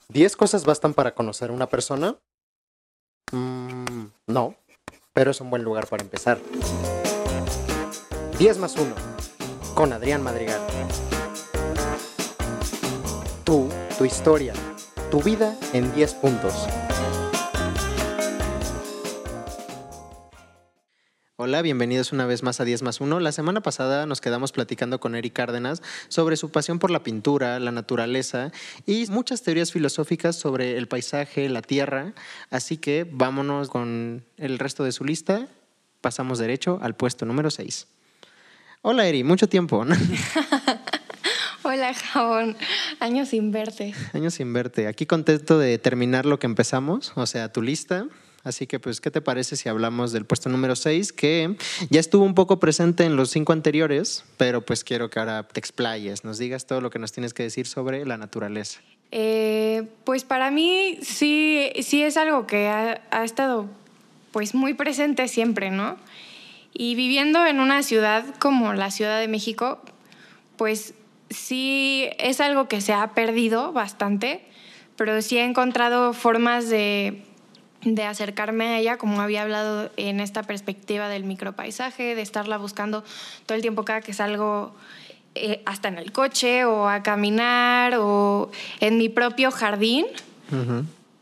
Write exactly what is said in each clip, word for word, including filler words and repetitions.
¿Diez cosas bastan para conocer a una persona? Mm, no, pero es un buen lugar para empezar. Diez más uno, con Adrián Madrigal. Tú, tu historia, tu vida en diez puntos. Hola, bienvenidos una vez más a diez más uno. La semana pasada nos quedamos platicando con Eri Cárdenas sobre su pasión por la pintura, la naturaleza y muchas teorías filosóficas sobre el paisaje, la tierra. Así que vámonos con el resto de su lista. Pasamos derecho al puesto número seis. Hola Eri, mucho tiempo, ¿no? Hola, Jabón. Años sin verte. Años sin verte. Aquí contento de terminar lo que empezamos, o sea, tu lista. Así que, pues, ¿qué te parece si hablamos del puesto número seis? Que ya estuvo un poco presente en los cinco anteriores, pero pues quiero que ahora te explayes, nos digas todo lo que nos tienes que decir sobre la naturaleza. Eh, pues para mí sí, sí es algo que ha, ha estado pues muy presente siempre, ¿no? Y viviendo en una ciudad como la Ciudad de México, pues sí es algo que se ha perdido bastante, pero sí he encontrado formas de, de acercarme a ella, como había hablado en esta perspectiva del micropaisaje, de estarla buscando todo el tiempo cada que salgo, eh, hasta en el coche o a caminar o en mi propio jardín. Uh-huh.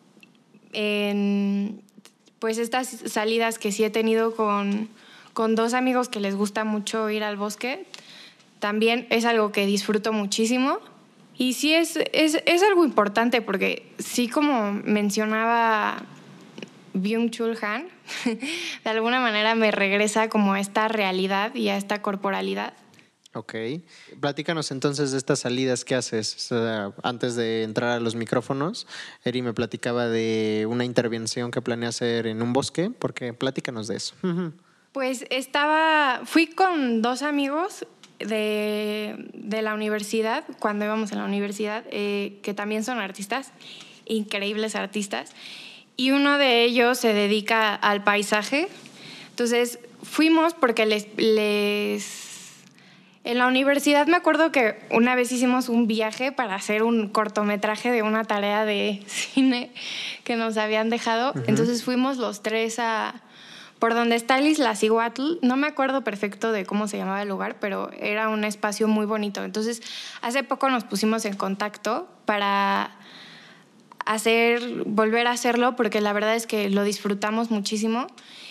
En, pues estas salidas que sí he tenido con, con dos amigos que les gusta mucho ir al bosque, también es algo que disfruto muchísimo. Y sí es, es, es algo importante porque sí, como mencionaba Byung-Chul Han, de alguna manera me regresa como a esta realidad y a esta corporalidad. Ok. Platícanos entonces de estas salidas que haces. O sea, antes de entrar a los micrófonos, Eri me platicaba de una intervención que planea hacer en un bosque, porque platícanos de eso. Uh-huh. Pues estaba, fui con dos amigos de, de la universidad, cuando íbamos en la universidad, eh, que también son artistas, increíbles artistas, y uno de ellos se dedica al paisaje. Entonces fuimos porque les, les... En la universidad me acuerdo que una vez hicimos un viaje para hacer un cortometraje de una tarea de cine que nos habían dejado. Uh-huh. Entonces fuimos los tres a... por donde está el Iztaccíhuatl. No me acuerdo perfecto de cómo se llamaba el lugar, pero era un espacio muy bonito. Entonces, hace poco nos pusimos en contacto para hacer, volver a hacerlo, porque la verdad es que lo disfrutamos muchísimo.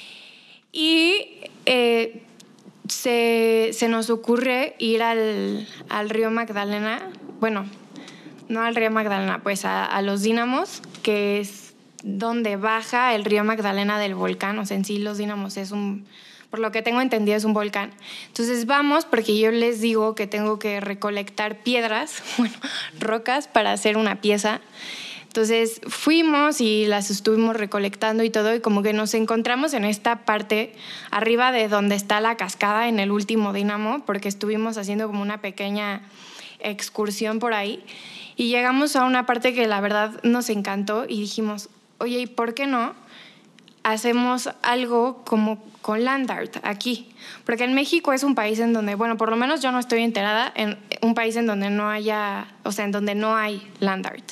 Y eh, se, se nos ocurre ir al, al río Magdalena. Bueno, no al río Magdalena, pues a, a los Dínamos, que es donde baja el río Magdalena del volcán. O sea, en sí Los Dínamos es un, por lo que tengo entendido, es un volcán. Entonces vamos porque yo les digo que tengo que recolectar piedras, bueno, rocas, para hacer una pieza. Entonces fuimos y las estuvimos recolectando y todo, y como que nos encontramos en esta parte arriba de donde está la cascada, en el último dínamo, porque estuvimos haciendo como una pequeña excursión por ahí. Y llegamos a una parte que la verdad nos encantó y dijimos, oye, ¿y por qué no hacemos algo como con land art aquí? Porque en México es un país en donde, bueno, por lo menos yo no estoy enterada, en un país en donde no haya, o sea, en donde no hay land art.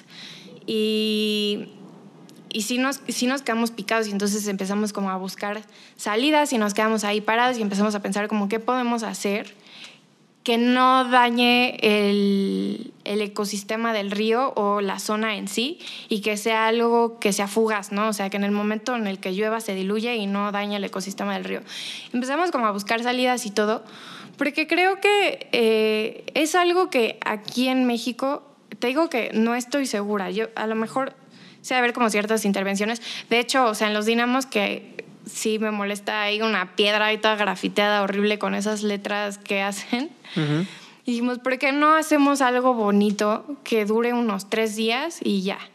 Y, y sí, nos, sí nos quedamos picados, y entonces empezamos como a buscar salidas y nos quedamos ahí parados y empezamos a pensar como qué podemos hacer que no dañe el, el ecosistema del río o la zona en sí, y que sea algo que sea fugaz, ¿no? O sea, que en el momento en el que llueva se diluye y no dañe el ecosistema del río. Empezamos como a buscar salidas y todo, porque creo que eh, es algo que aquí en México, te digo que no estoy segura. Yo a lo mejor sé haber como ciertas intervenciones. De hecho, o sea, en los Dínamos, que sí me molesta ahí una piedra ahí toda grafiteada horrible con esas letras que hacen. Uh-huh. Y dijimos, ¿por qué no hacemos algo bonito que dure unos tres días y ya?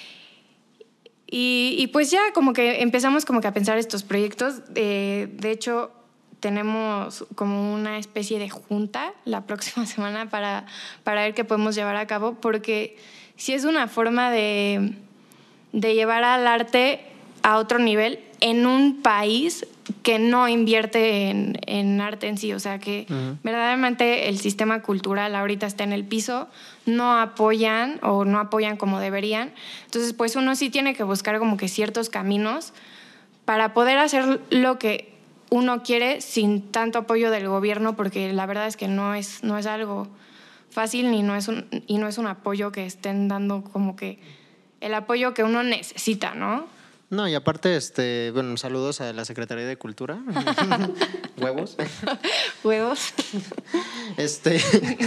Y, y pues ya como que empezamos como que a pensar estos proyectos. Eh, de hecho, tenemos como una especie de junta la próxima semana para, para ver qué podemos llevar a cabo, porque sí es una forma de, de llevar al arte a otro nivel en un país que no invierte en, en arte en sí. O sea, que uh-huh. verdaderamente el sistema cultural ahorita está en el piso, no apoyan o no apoyan como deberían. Entonces, pues uno sí tiene que buscar como que ciertos caminos para poder hacer lo que uno quiere sin tanto apoyo del gobierno, porque la verdad es que no es, no es algo fácil ni no es un, y no es un apoyo que estén dando como que el apoyo que uno necesita, ¿no? No, y aparte, este, bueno, saludos a la Secretaría de Cultura. Huevos. Huevos. Este.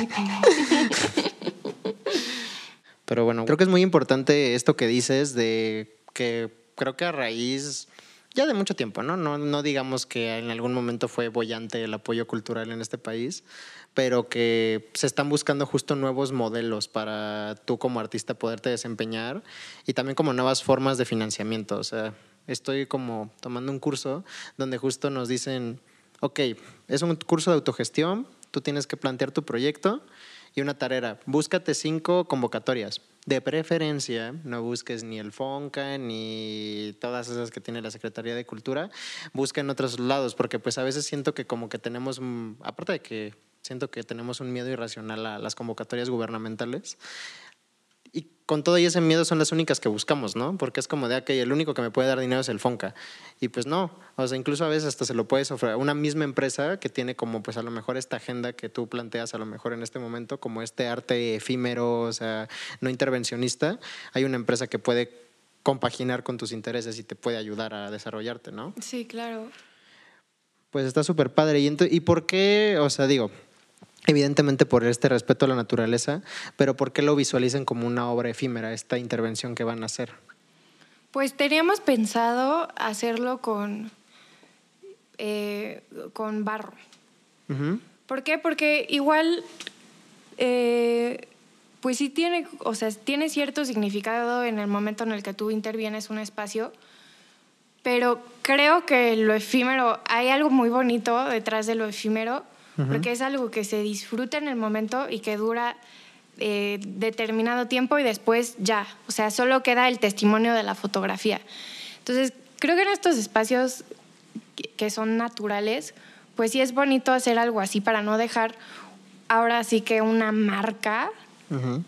Pero bueno, creo que es muy importante esto que dices de que creo que a raíz ya de mucho tiempo, ¿no? No, no digamos que en algún momento fue boyante el apoyo cultural en este país, pero que se están buscando justo nuevos modelos para tú como artista poderte desempeñar y también como nuevas formas de financiamiento. O sea, estoy como tomando un curso donde justo nos dicen, ok, es un curso de autogestión, tú tienes que plantear tu proyecto y una tarea, búscate cinco convocatorias. De preferencia, no busques ni el FONCA ni todas esas que tiene la Secretaría de Cultura, busca en otros lados, porque pues a veces siento que como que tenemos, aparte de que siento que tenemos un miedo irracional a las convocatorias gubernamentales, y con todo y ese miedo son las únicas que buscamos, ¿no? Porque es como de, ok, el único que me puede dar dinero es el FONCA. Y pues no, o sea, incluso a veces hasta se lo puedes ofrecer a una misma empresa que tiene como pues a lo mejor esta agenda que tú planteas a lo mejor en este momento, como este arte efímero, o sea, no intervencionista. Hay una empresa que puede compaginar con tus intereses y te puede ayudar a desarrollarte, ¿no? Sí, claro. Pues está súper padre. ¿Y, ento- ¿Y por qué? O sea, digo, evidentemente por este respeto a la naturaleza, pero ¿por qué lo visualizan como una obra efímera, esta intervención que van a hacer? Pues teníamos pensado hacerlo con, eh, con barro. Uh-huh. ¿Por qué? Porque igual, eh, pues sí tiene, o sea, tiene cierto significado en el momento en el que tú intervienes un espacio, pero creo que lo efímero, hay algo muy bonito detrás de lo efímero, uh-huh. porque es algo que se disfruta en el momento y que dura eh, determinado tiempo y después ya, o sea, solo queda el testimonio de la fotografía. Entonces, creo que en estos espacios que, que son naturales, pues sí es bonito hacer algo así para no dejar ahora sí que una marca uh-huh.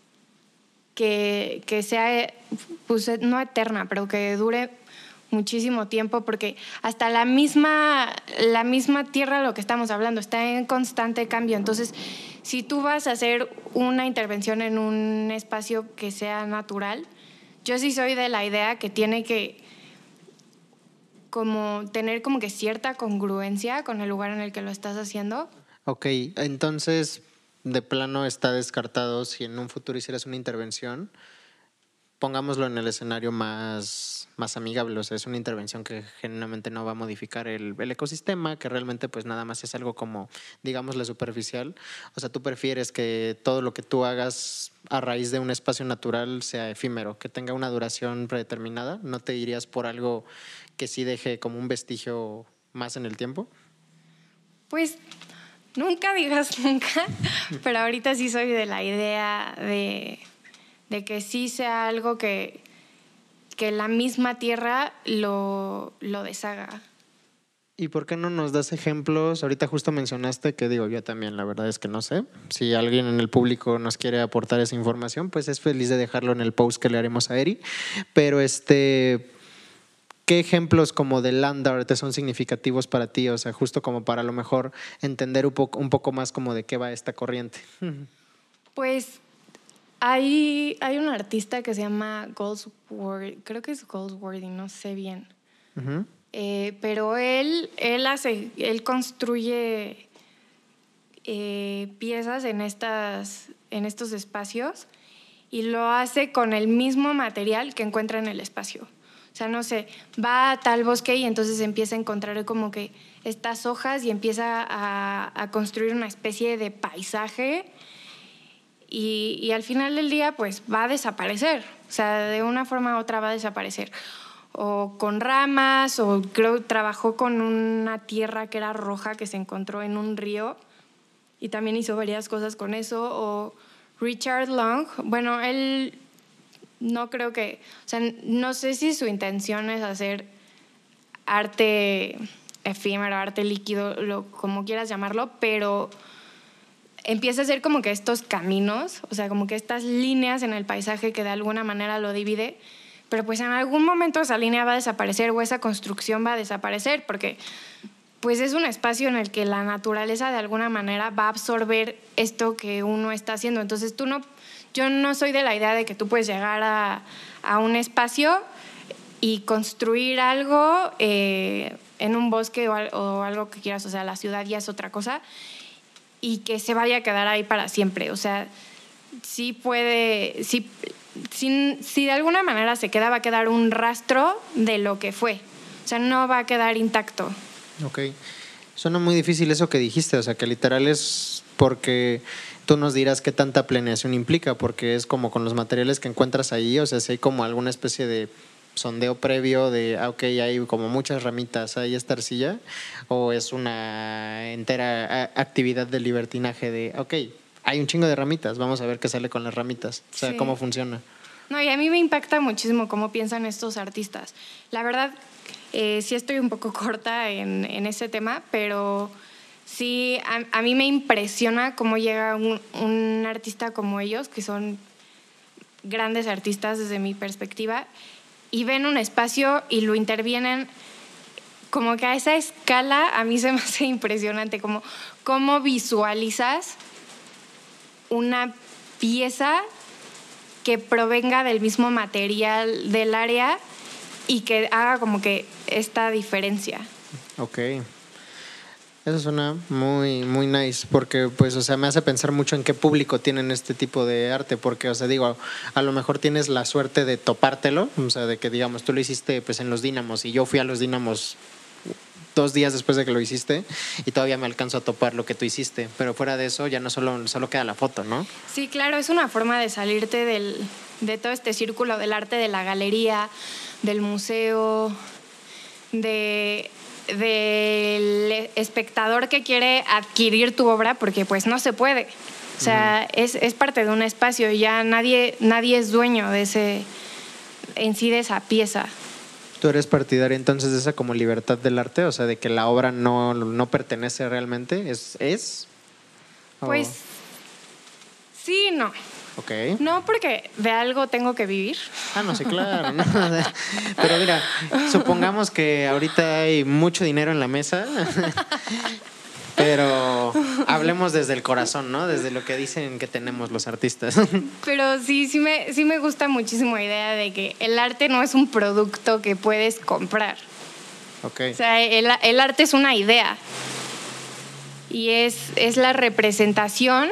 que, que sea, pues no eterna, pero que dure muchísimo tiempo, porque hasta la misma, la misma tierra, lo que estamos hablando, está en constante cambio. Entonces, si tú vas a hacer una intervención en un espacio que sea natural, yo sí soy de la idea que tiene que como tener como que cierta congruencia con el lugar en el que lo estás haciendo. Ok, entonces de plano está descartado si en un futuro hicieras una intervención, pongámoslo en el escenario más, más amigable, o sea, es una intervención que genuinamente no va a modificar el, el ecosistema, que realmente pues nada más es algo como, digámosle, superficial. O sea, tú prefieres que todo lo que tú hagas a raíz de un espacio natural sea efímero, que tenga una duración predeterminada, ¿no te irías por algo que sí deje como un vestigio más en el tiempo? Pues nunca digas nunca, pero ahorita sí soy de la idea de... de que sí sea algo que, que la misma tierra lo, lo deshaga. ¿Y por qué no nos das ejemplos? Ahorita justo mencionaste que, digo, yo también la verdad es que no sé. Si alguien en el público nos quiere aportar esa información, pues es feliz de dejarlo en el post que le haremos a Eri. Pero este, ¿qué ejemplos como de land art son significativos para ti? O sea, justo como para a lo mejor entender un poco, un poco más como de qué va esta corriente. Pues Hay, hay un artista que se llama Goldsworthy, creo que es Goldsworthy, no sé bien. Uh-huh. Eh, pero él, él, hace, él construye eh, piezas en, estas, en estos espacios y lo hace con el mismo material que encuentra en el espacio. O sea, no sé, va a tal bosque y entonces empieza a encontrar como que estas hojas y empieza a, a construir una especie de paisaje. Y, y al final del día pues va a desaparecer, o sea, de una forma u otra va a desaparecer, o con ramas, o creo trabajó con una tierra que era roja que se encontró en un río y también hizo varias cosas con eso. O Richard Long, bueno, él no creo que, o sea, no sé si su intención es hacer arte efímero, arte líquido, lo, como quieras llamarlo, pero empieza a ser como que estos caminos, o sea, como que estas líneas en el paisaje que de alguna manera lo divide, pero pues en algún momento esa línea va a desaparecer o esa construcción va a desaparecer, porque pues es un espacio en el que la naturaleza de alguna manera va a absorber esto que uno está haciendo. Entonces tú no, yo no soy de la idea de que tú puedes llegar a, a un espacio y construir algo eh, en un bosque o, o algo que quieras, o sea, la ciudad ya es otra cosa, y que se vaya a quedar ahí para siempre. O sea, sí puede, sí, sí, si de alguna manera se queda, va a quedar un rastro de lo que fue. O sea, no va a quedar intacto. Ok. Suena muy difícil eso que dijiste, o sea, que literal es porque tú nos dirás qué tanta planeación implica, porque es como con los materiales que encuentras ahí, o sea, si hay como alguna especie de sondeo previo de, ah, ok, hay como muchas ramitas, hay esta arcilla, o es una entera actividad de libertinaje de, ok, hay un chingo de ramitas, vamos a ver qué sale con las ramitas, o sea, sí. Cómo funciona. No, y a mí me impacta muchísimo cómo piensan estos artistas. La verdad, eh, sí estoy un poco corta en, en ese tema, pero sí, a, a mí me impresiona cómo llega un, un artista como ellos, que son grandes artistas desde mi perspectiva, y ven un espacio y lo intervienen como que a esa escala. A mí se me hace impresionante como cómo visualizas una pieza que provenga del mismo material del área y que haga como que esta diferencia. Ok. Eso suena muy, muy nice, porque pues, o sea, me hace pensar mucho en qué público tienen este tipo de arte, porque, o sea, digo, a lo mejor tienes la suerte de topártelo, o sea, de que, digamos, tú lo hiciste pues en los Dínamos y yo fui a los Dínamos dos días después de que lo hiciste y todavía me alcanzo a topar lo que tú hiciste, pero fuera de eso ya no solo, solo queda la foto, ¿no? Sí, claro, es una forma de salirte del, de todo este círculo del arte, de la galería, del museo, de... del espectador que quiere adquirir tu obra, porque pues no se puede. O sea, uh-huh. es, es parte de un espacio y ya nadie, nadie es dueño de ese, en sí, de esa pieza. ¿Tú eres partidaria entonces de esa como libertad del arte? O sea, de que la obra no, no pertenece realmente. ¿Es? ¿Es? Pues sí, no. Okay. No, porque de algo tengo que vivir. Ah, no, sí, claro. ¿no? Pero mira, supongamos que ahorita hay mucho dinero en la mesa, pero hablemos desde el corazón, ¿no? Desde lo que dicen que tenemos los artistas. Pero sí, sí me, sí me gusta muchísimo la idea de que el arte no es un producto que puedes comprar. Okay. O sea, el, el arte es una idea y es, es la representación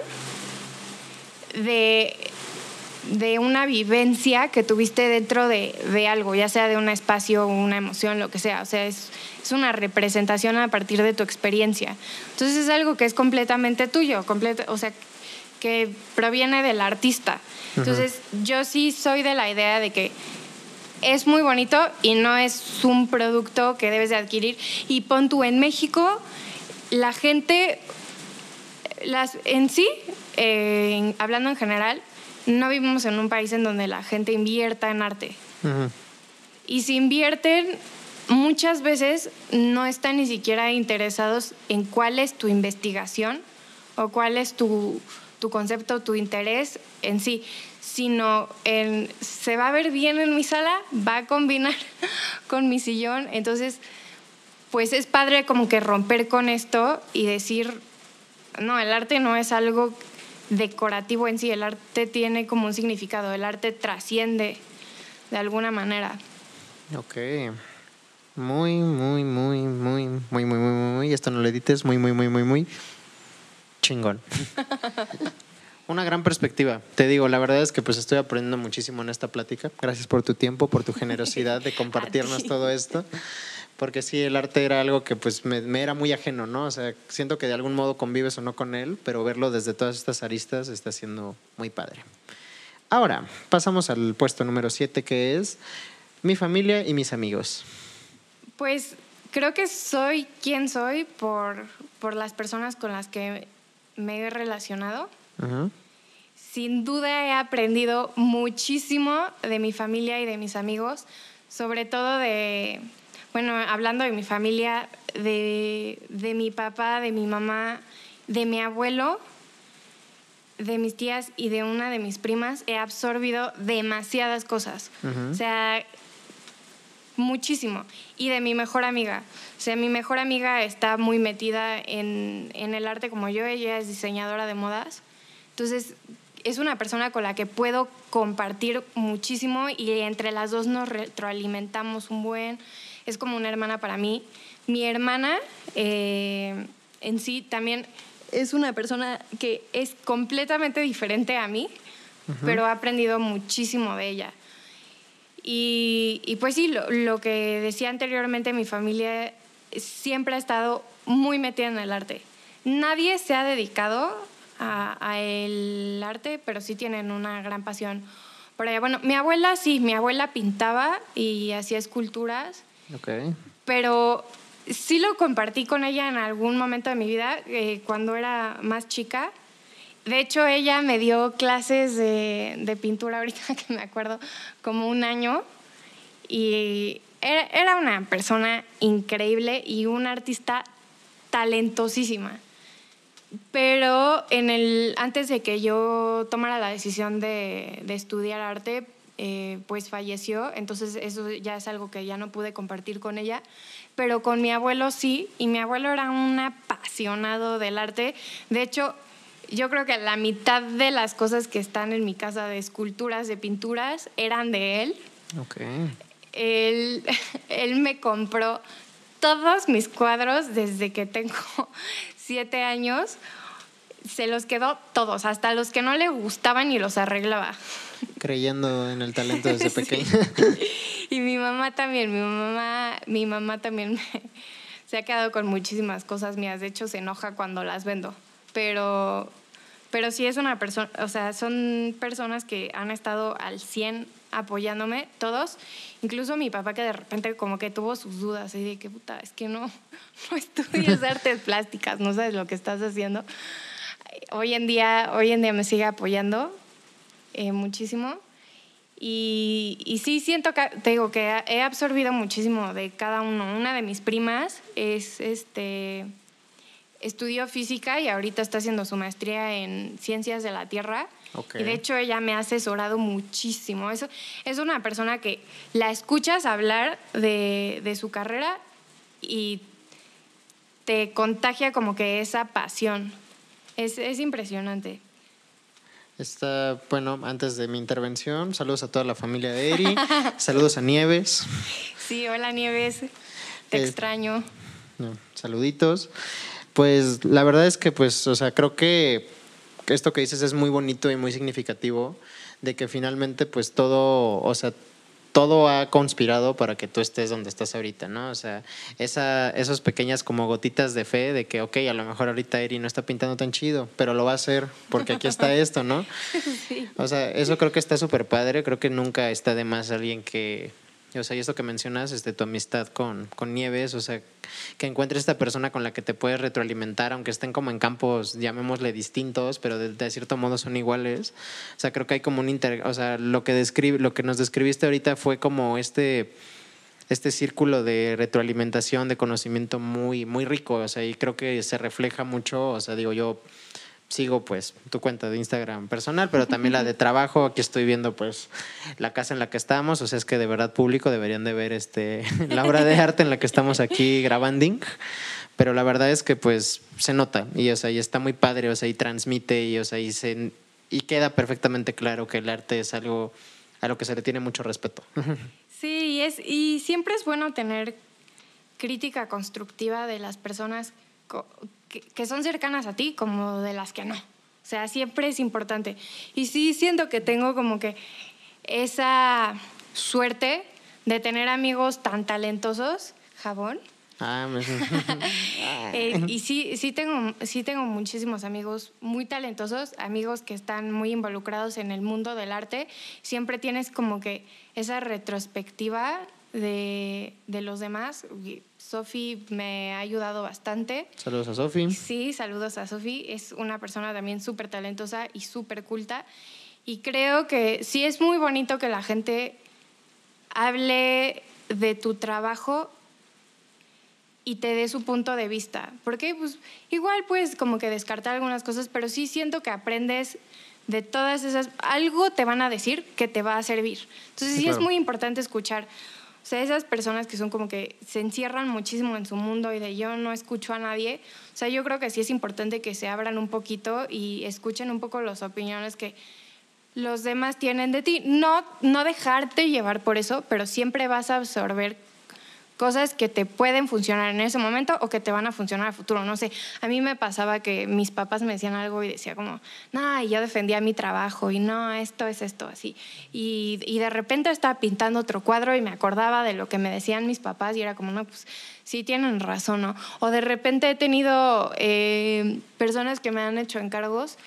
De, de una vivencia que tuviste dentro de, de algo, ya sea de un espacio, una emoción, lo que sea. O sea, es, es una representación a partir de tu experiencia. Entonces es algo que es completamente tuyo, completa, o sea, que proviene del artista. Entonces uh-huh. yo sí soy de la idea de que es muy bonito y no es un producto que debes de adquirir. Y pon tú, en México, la gente... Las, en sí, eh, hablando en general, no vivimos en un país en donde la gente invierta en arte. Uh-huh. Y si invierten, muchas veces no están ni siquiera interesados en cuál es tu investigación o cuál es tu, tu concepto, tu interés en sí, sino en, se va a ver bien en mi sala, va a combinar con mi sillón. Entonces, pues es padre como que romper con esto y decir... No, el arte no es algo decorativo en sí, el arte tiene como un significado, el arte trasciende de alguna manera. Ok. Muy, muy, muy, muy, muy, muy, muy, muy, esto no lo edites, muy, muy, muy, muy, muy chingón. Una gran perspectiva. Te digo, la verdad es que pues estoy aprendiendo muchísimo en esta plática. Gracias por tu tiempo, por tu generosidad de compartirnos todo esto. Porque sí, el arte era algo que pues me, me era muy ajeno, ¿no? O sea, siento que de algún modo convives o no con él, pero verlo desde todas estas aristas está siendo muy padre. Ahora, pasamos al puesto número siete, que es mi familia y mis amigos. Pues creo que soy quien soy por, por las personas con las que me he relacionado. Uh-huh. sin duda he aprendido muchísimo de mi familia y de mis amigos, sobre todo de, bueno, hablando de mi familia, de, de mi papá, de mi mamá, de mi abuelo, de mis tías y de una de mis primas. He absorbido demasiadas cosas. Uh-huh. O sea, muchísimo. Y de mi mejor amiga. O sea, mi mejor amiga está muy metida en, en el arte como yo. Ella es diseñadora de modas. Entonces, es una persona con la que puedo compartir muchísimo y entre las dos nos retroalimentamos un buen. Es como una hermana para mí. Mi hermana eh, en sí también es una persona que es completamente diferente a mí, uh-huh. pero he aprendido muchísimo de ella. Y, y pues sí, lo, lo que decía anteriormente, mi familia siempre ha estado muy metida en el arte. Nadie se ha dedicado a, a el arte, pero sí tienen una gran pasión por allá. Bueno, mi abuela sí, mi abuela pintaba y hacía esculturas, okay. pero sí lo compartí con ella en algún momento de mi vida, eh, cuando era más chica. De hecho, ella me dio clases de, de pintura, ahorita que me acuerdo, como un año. Y era, era una persona increíble y una artista talentosísima. Pero en el, antes de que yo tomara la decisión de, de estudiar arte, eh, pues falleció. Entonces eso ya es algo que ya no pude compartir con ella. Pero con mi abuelo sí. Y mi abuelo era un apasionado del arte. De hecho, yo creo que la mitad de las cosas que están en mi casa de esculturas, de pinturas, eran de él. Okay. Él, él me compró todos mis cuadros desde que tengo siete años. Se los quedó todos, hasta los que no le gustaban y los arreglaba. Creyendo en el talento desde pequeña. Sí. Y mi mamá también, mi mamá, mi mamá también me, se ha quedado con muchísimas cosas mías. De hecho, se enoja cuando las vendo. Pero, pero sí es una persona, o sea, son personas que han estado al cien apoyándome, todos. Incluso mi papá, que de repente como que tuvo sus dudas, y de que puta, es que no, no estudias artes plásticas, no sabes lo que estás haciendo. Hoy en día, hoy en día me sigue apoyando eh, muchísimo. Y, y sí siento que, te digo, que he absorbido muchísimo de cada uno. Una de mis primas es este... estudió física y ahorita está haciendo su maestría en ciencias de la Tierra. Okay. Y de hecho ella me ha asesorado muchísimo. Eso, es una persona que la escuchas hablar de, de su carrera y te contagia como que esa pasión. Es, es impresionante. Está, bueno, antes de mi intervención, saludos a toda la familia de Eri. Saludos a Nieves. Sí, hola Nieves, te eh, extraño. No, saluditos. Pues la verdad es que, pues, o sea, creo que esto que dices es muy bonito y muy significativo, de que finalmente, pues, todo, o sea, todo ha conspirado para que tú estés donde estás ahorita, ¿no? O sea, esa, esas pequeñas como gotitas de fe de que, ok, a lo mejor ahorita Eri no está pintando tan chido, pero lo va a hacer porque aquí está esto, ¿no? Sí. O sea, eso creo que está súper padre. Creo que nunca está de más alguien que... O sea, y esto que mencionas, este, tu amistad con, con Nieves, o sea, que encuentres esta persona con la que te puedes retroalimentar, aunque estén como en campos, llamémosle distintos, pero de, de cierto modo son iguales. O sea, creo que hay como un inter... O sea, lo que, describe, lo que nos describiste ahorita fue como este, este círculo de retroalimentación, de conocimiento muy, muy rico. O sea, y creo que se refleja mucho, o sea, digo yo... Sigo pues tu cuenta de Instagram personal, pero también la de trabajo. Aquí estoy viendo pues la casa en la que estamos, o sea, es que de verdad público deberían de ver este, la obra de arte en la que estamos aquí grabando, pero la verdad es que pues se nota y, o sea, y está muy padre, o sea, y transmite y, o sea, y, se, y queda perfectamente claro que el arte es algo a lo que se le tiene mucho respeto. Sí, es, y siempre es bueno tener crítica constructiva de las personas que, que son cercanas a ti como de las que no. O sea, siempre es importante. Y sí siento que tengo como que esa suerte de tener amigos tan talentosos. Jabón. Ah, me... eh, y sí, sí, tengo, sí tengo muchísimos amigos muy talentosos, amigos que están muy involucrados en el mundo del arte. Siempre tienes como que esa retrospectiva de, de los demás. Sofi me ha ayudado bastante. Saludos a Sofi. Sí, saludos a Sofi. Es una persona también súper talentosa y súper culta. Y creo que sí es muy bonito que la gente hable de tu trabajo y te dé su punto de vista. Porque pues, igual puedes como que descartar algunas cosas, pero sí siento que aprendes de todas esas... Algo te van a decir que te va a servir. Entonces sí, claro, es muy importante escuchar. O sea, esas personas que son como que se encierran muchísimo en su mundo y de yo no escucho a nadie. O sea, yo creo que sí es importante que se abran un poquito y escuchen un poco las opiniones que los demás tienen de ti. No, no dejarte llevar por eso, pero siempre vas a absorber cosas que te pueden funcionar en ese momento o que te van a funcionar a futuro. No sé, a mí me pasaba que mis papás me decían algo y decía como, no, y yo defendía mi trabajo y no, esto es esto, así. Y, y de repente estaba pintando otro cuadro y me acordaba de lo que me decían mis papás y era como, no, pues sí tienen razón, ¿no? O de repente he tenido eh, personas que me han hecho encargos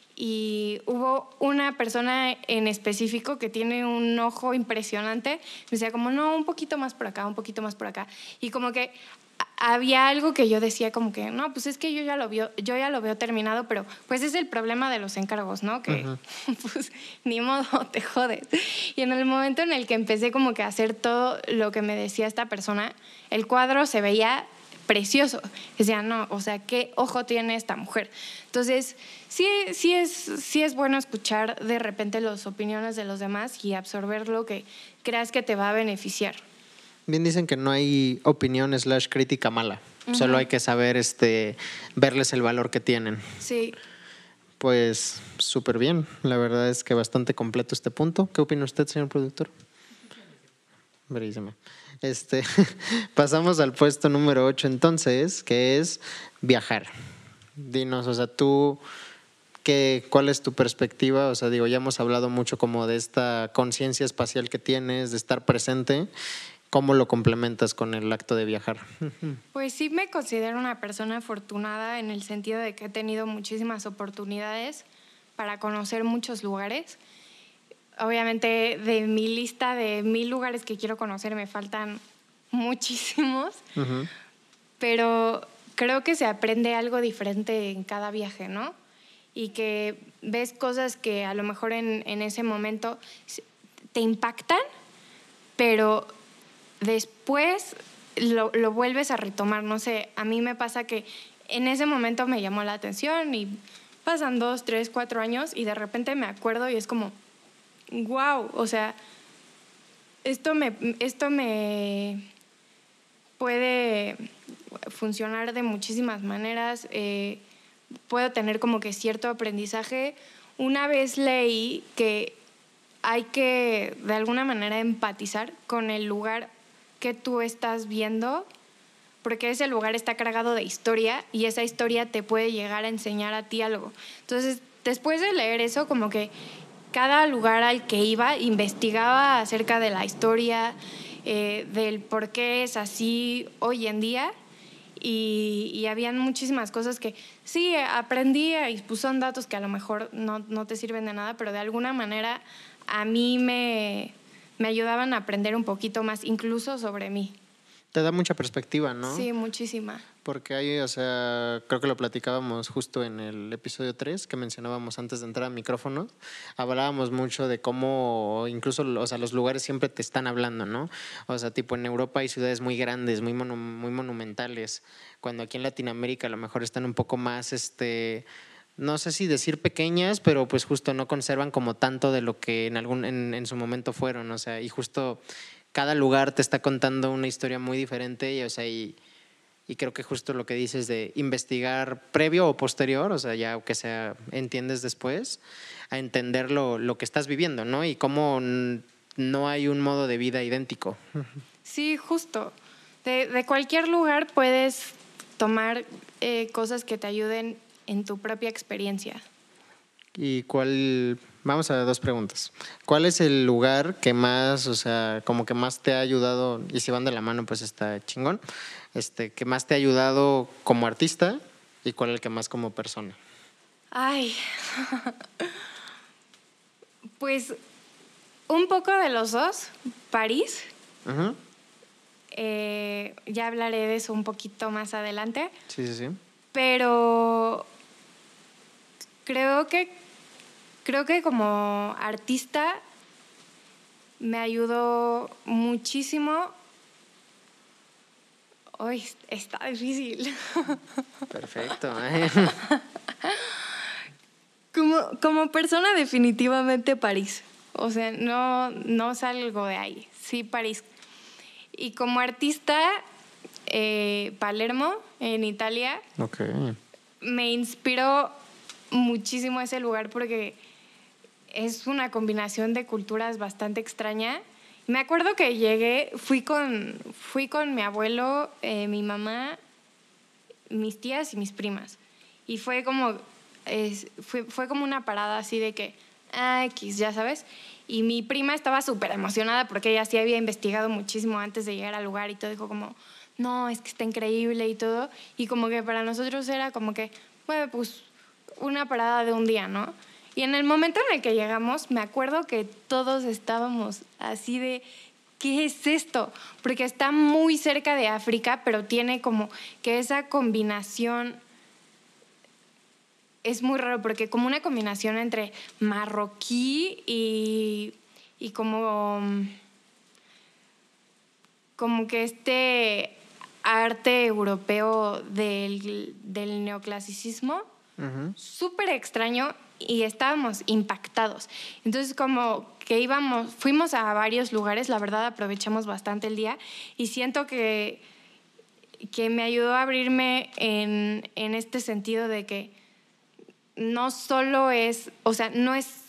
y hubo una persona en específico que tiene un ojo impresionante. Me decía como, no, un poquito más por acá, un poquito más por acá. Y como que había algo que yo decía como que, no, pues es que yo ya lo veo, yo ya lo veo terminado, pero pues es el problema de los encargos, ¿no? Que uh-huh. pues ni modo, te jodes. Y en el momento en el que empecé como que a hacer todo lo que me decía esta persona, el cuadro se veía precioso. Decía, no, o sea, ¿qué ojo tiene esta mujer? Entonces, sí, sí, es, sí es bueno escuchar de repente las opiniones de los demás y absorber lo que creas que te va a beneficiar. Bien dicen que no hay opinión slash crítica mala. Uh-huh. Solo hay que saber este, verles el valor que tienen. Sí. Pues súper bien. La verdad es que bastante completo este punto. ¿Qué opina usted, señor productor? Verísimo. Este, pasamos al puesto número ocho entonces, que es viajar. Dinos, o sea, tú, ¿qué, ¿cuál es tu perspectiva? O sea, digo, ya hemos hablado mucho como de esta conciencia espacial que tienes, de estar presente. ¿Cómo lo complementas con el acto de viajar? Pues sí me considero una persona afortunada en el sentido de que he tenido muchísimas oportunidades para conocer muchos lugares. Obviamente de mi lista de mil lugares que quiero conocer me faltan muchísimos, uh-huh. pero creo que se aprende algo diferente en cada viaje, ¿no? Y que ves cosas que a lo mejor en, en ese momento te impactan, pero después lo, lo vuelves a retomar. No sé, a mí me pasa que en ese momento me llamó la atención y pasan dos, tres, cuatro años y de repente me acuerdo y es como... Wow, o sea, esto me, esto me puede funcionar de muchísimas maneras. Eh, puedo tener como que cierto aprendizaje. Una vez leí que hay que de alguna manera empatizar con el lugar que tú estás viendo, porque ese lugar está cargado de historia y esa historia te puede llegar a enseñar a ti algo. Entonces, después de leer eso, como que cada lugar al que iba investigaba acerca de la historia, eh, del por qué es así hoy en día y, y habían muchísimas cosas que sí aprendí y pues son datos que a lo mejor no, no te sirven de nada, pero de alguna manera a mí me, me ayudaban a aprender un poquito más, incluso sobre mí. Te da mucha perspectiva, ¿no? Sí, muchísima. Porque hay, o sea, creo que lo platicábamos justo en el episodio tres, que mencionábamos antes de entrar a micrófono. Hablábamos mucho de cómo incluso, o sea, los lugares siempre te están hablando, ¿no? O sea, tipo en Europa hay ciudades muy grandes, muy, monu- muy monumentales, cuando aquí en Latinoamérica a lo mejor están un poco más, este... no sé si decir pequeñas, pero pues justo no conservan como tanto de lo que en, algún, en, en su momento fueron, o sea, y justo cada lugar te está contando una historia muy diferente y, o sea, y, y creo que justo lo que dices de investigar previo o posterior, o sea, ya que sea entiendes después, a entender lo, lo que estás viviendo, ¿no? Y cómo no hay un modo de vida idéntico. Sí, justo. De, de cualquier lugar puedes tomar eh, cosas que te ayuden en tu propia experiencia. ¿Y cuál? Vamos a dos preguntas. ¿Cuál es el lugar que más, o sea, como que más te ha ayudado, y si van de la mano, pues está chingón, este, que más te ha ayudado como artista y cuál es el que más como persona? Ay, pues un poco de los dos. París, uh-huh. Eh, ya hablaré de eso un poquito más adelante. Sí, sí, sí. Pero creo que, creo que como artista me ayudó muchísimo. Uy, está difícil. Perfecto. ¿eh? Como, como persona, definitivamente París. O sea, no, no salgo de ahí. Sí, París. Y como artista, eh, Palermo, en Italia, Ok. me inspiró muchísimo ese lugar porque es una combinación de culturas bastante extraña. Me acuerdo que llegué, fui con, fui con mi abuelo, eh, mi mamá, mis tías y mis primas. Y fue como, es, fue, fue como una parada así de que, ah, X, ya sabes. Y mi prima estaba súper emocionada porque ella sí había investigado muchísimo antes de llegar al lugar y todo. Dijo como, no, es que está increíble y todo. Y como que para nosotros era como que, bueno, pues una parada de un día, ¿no? Y en el momento en el que llegamos, me acuerdo que todos estábamos así de, ¿qué es esto? Porque está muy cerca de África, pero tiene como que esa combinación es muy raro porque como una combinación entre marroquí y, y como, como que este arte europeo del, del neoclasicismo, Uh-huh. súper extraño y estábamos impactados. Entonces como que íbamos, fuimos a varios lugares, la verdad aprovechamos bastante el día y siento que, que me ayudó a abrirme en, en este sentido de que no solo es, o sea, no es,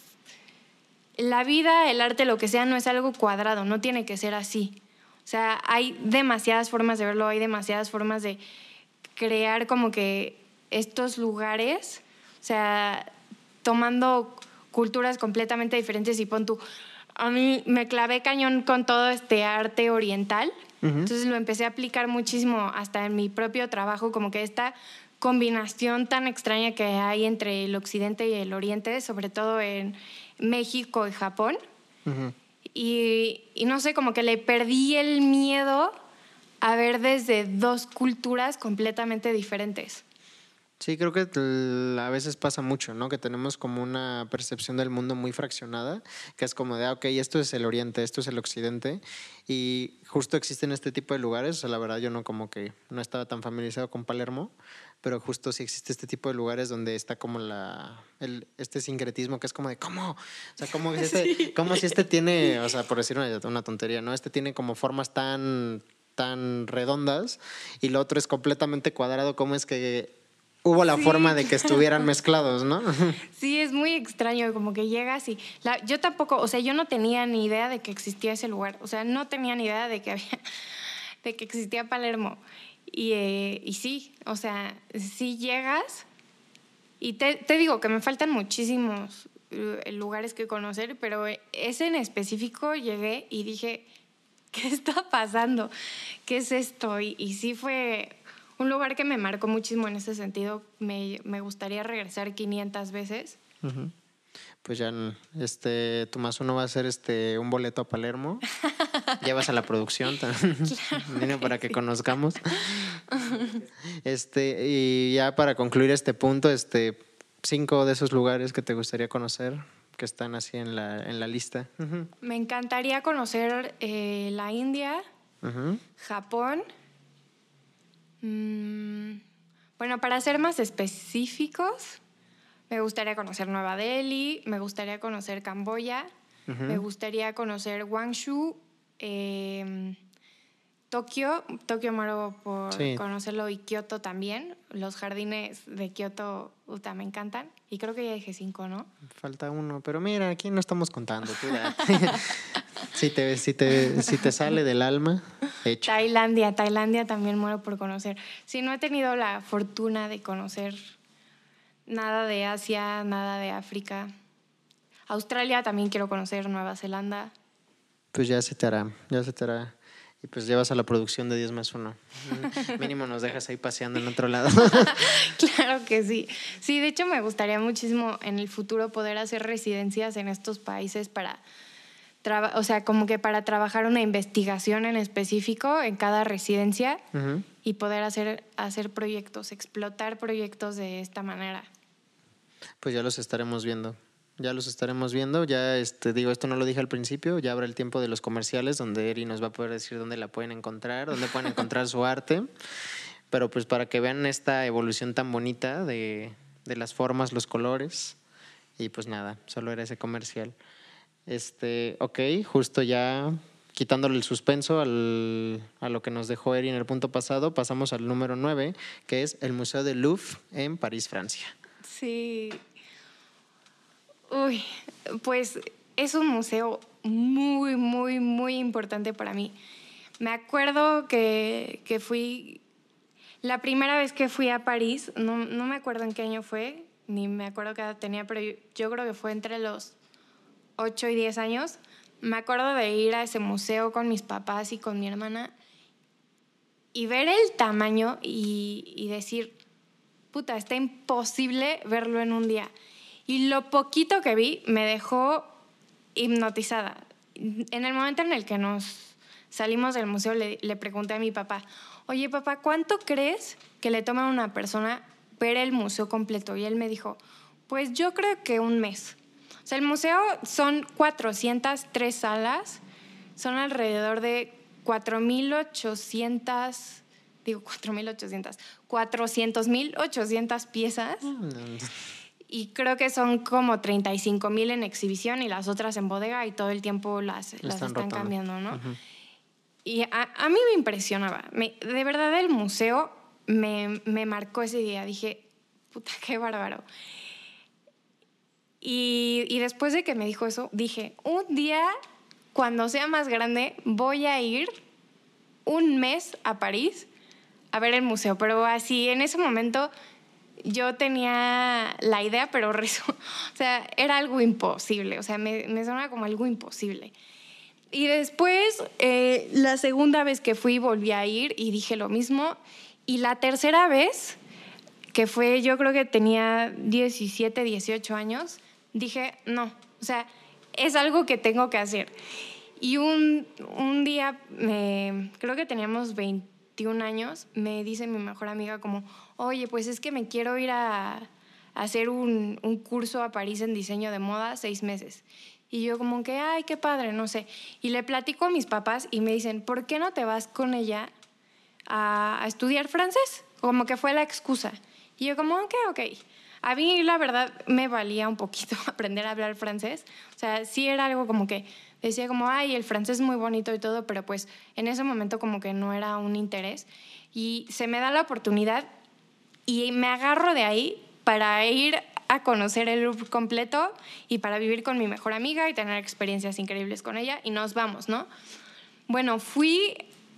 la vida, el arte, lo que sea, no es algo cuadrado, no tiene que ser así. O sea, hay demasiadas formas de verlo, hay demasiadas formas de crear como que estos lugares, o sea, tomando culturas completamente diferentes y pon tú, a mí me clavé cañón con todo este arte oriental, uh-huh. Entonces lo empecé a aplicar muchísimo hasta en mi propio trabajo, como que esta combinación tan extraña que hay entre el occidente y el oriente, sobre todo en México y Japón. Uh-huh. Y, y no sé, como que le perdí el miedo a ver desde dos culturas completamente diferentes. Sí, creo que a veces pasa mucho, ¿no? Que tenemos como una percepción del mundo muy fraccionada, que es como de, ah, ok, esto es el oriente, esto es el occidente, y justo existen este tipo de lugares. O sea, la verdad yo no como que no estaba tan familiarizado con Palermo, pero justo sí existe este tipo de lugares donde está como la el, este sincretismo que es como de, ¿cómo? O sea, como si este, sí. como si este tiene, o sea, por decir una, una tontería, ¿no? Este tiene como formas tan, tan redondas y lo otro es completamente cuadrado. ¿Cómo es que hubo la sí, forma de que estuvieran mezclados, ¿no? Sí, es muy extraño, como que llegas y... La, yo tampoco, o sea, yo no tenía ni idea de que existía ese lugar. O sea, no tenía ni idea de que había... de que existía Palermo. Y, eh, y sí, o sea, sí llegas y te, te digo que me faltan muchísimos lugares que conocer, pero ese en específico llegué y dije, ¿qué está pasando? ¿Qué es esto? Y, y sí fue... un lugar que me marcó muchísimo en ese sentido. Me, me gustaría regresar quinientas veces. Uh-huh. Pues ya este, tu más uno va a ser este, un boleto a Palermo. Llevas a la producción también. Claro para que sí. Conozcamos. Este, y ya para concluir este punto, este, cinco de esos lugares que te gustaría conocer, que están así en la, en la lista. Uh-huh. Me encantaría conocer eh, la India, uh-huh. Japón. Mm, bueno, para ser más específicos, me gustaría conocer Nueva Delhi, me gustaría conocer Camboya, uh-huh. me gustaría conocer Guangzhou, eh, Tokio. Tokio muero por sí. conocerlo, y Kioto también. Los jardines de Kioto uta, me encantan. Y creo que ya dije cinco, ¿no? Falta uno, pero mira, aquí no estamos contando. Tú si, te, si, te, si te sale del alma, hecho. Tailandia, Tailandia también muero por conocer. Sí, no he tenido la fortuna de conocer nada de Asia, nada de África. Australia también quiero conocer, Nueva Zelanda. Pues ya se te hará, ya se te hará. Y pues llevas a la producción de diez más uno. Mínimo nos dejas ahí paseando en otro lado. Claro que sí. Sí, de hecho me gustaría muchísimo en el futuro poder hacer residencias en estos países para traba- o sea, como que para trabajar una investigación en específico en cada residencia Uh-huh. y poder hacer, hacer proyectos, explotar proyectos de esta manera. Pues ya los estaremos viendo. Ya los estaremos viendo. Ya este, digo, esto no lo dije al principio, ya habrá el tiempo de los comerciales donde Eri nos va a poder decir dónde la pueden encontrar, dónde pueden encontrar su arte. Pero pues para que vean esta evolución tan bonita de, de las formas, los colores. Y pues nada, solo era ese comercial. Este, ok, justo ya quitándole el suspenso al, a lo que nos dejó Eri en el punto pasado, pasamos al número nueve, que es el Museo del Louvre en París, Francia. Sí. Uy, pues es un museo muy, muy, muy importante para mí. Me acuerdo que, que fui, la primera vez que fui a París, no, no me acuerdo en qué año fue, ni me acuerdo qué edad tenía, pero yo, yo creo que fue entre los ocho y diez años. Me acuerdo de ir a ese museo con mis papás y con mi hermana y ver el tamaño y, y decir, puta, está imposible verlo en un día. Y lo poquito que vi me dejó hipnotizada. En el momento en el que nos salimos del museo, le, le pregunté a mi papá, oye, papá, ¿cuánto crees que le toma a una persona ver el museo completo? Y él me dijo, pues yo creo que un mes. O sea, el museo son cuatrocientas tres salas, son alrededor de cuatro mil ochocientas, digo cuatro mil ochocientas, cuatrocientos mil ochocientas piezas. Y creo que son como treinta y cinco mil en exhibición y las otras en bodega y todo el tiempo las, las están, están cambiando, ¿no? Uh-huh. Y a, a mí me impresionaba. Me, de verdad el museo me, me marcó ese día. Dije, puta, qué bárbaro. Y, y después de que me dijo eso, dije, un día, cuando sea más grande, voy a ir un mes a París a ver el museo. Pero así, en ese momento... yo tenía la idea, pero resu- o sea, era algo imposible. O sea, me, me sonaba como algo imposible. Y después, eh, la segunda vez que fui, volví a ir y dije lo mismo. Y la tercera vez, que fue, yo creo que tenía diecisiete, dieciocho años, dije, no, o sea, es algo que tengo que hacer. Y un, un día, me, creo que teníamos veintiún años, me dice mi mejor amiga como, oye, pues es que me quiero ir a, a hacer un, un curso a París en diseño de moda seis meses. Y yo como que, ay, qué padre, no sé. Y le platico a mis papás y me dicen, ¿por qué no te vas con ella a, a estudiar francés? Como que fue la excusa. Y yo como, ok, ok. A mí, la verdad, me valía un poquito aprender a hablar francés. O sea, sí era algo como que decía como, ay, el francés es muy bonito y todo, pero pues en ese momento como que no era un interés. Y se me da la oportunidad y me agarro de ahí para ir a conocer el Louvre completo y para vivir con mi mejor amiga y tener experiencias increíbles con ella y nos vamos, ¿no? Bueno, fui,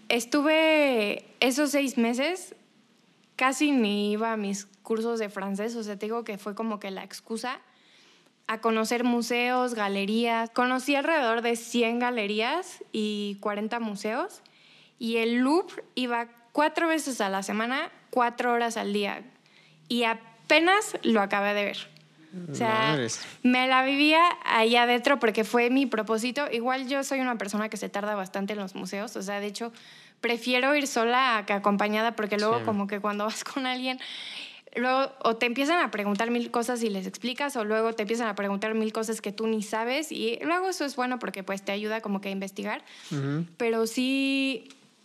estuve esos seis meses, casi ni iba a mis cursos de francés, o sea, te digo que fue como que la excusa a conocer museos, galerías. Conocí alrededor de cien galerías y cuarenta museos y el Louvre iba cuatro veces a la semana, cuatro horas al día y apenas lo acabé de ver. O sea, Madres. Me la vivía ahí adentro porque fue mi propósito. Igual yo soy una persona que se tarda bastante en los museos, o sea, de hecho prefiero ir sola que acompañada porque luego sí. Como que cuando vas con alguien, luego o te empiezan a preguntar mil cosas y les explicas o luego te empiezan a preguntar mil cosas que tú ni sabes y luego eso es bueno porque pues te ayuda como que a investigar. Uh-huh. Pero sí,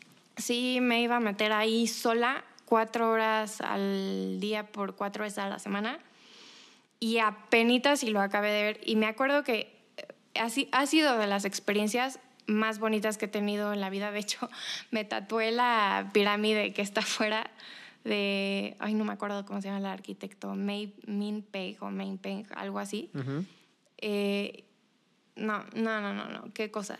sí me iba a meter ahí sola cuatro horas al día por cuatro veces a la semana y apenitas y lo acabé de ver. Y me acuerdo que así, ha sido de las experiencias más bonitas que he tenido en la vida. De hecho, me tatué la pirámide que está afuera de... Ay, no me acuerdo cómo se llama el arquitecto. May, Min Pei o Main Peng, algo así. Uh-huh. Eh, no, no, no, no, no. Qué cosa.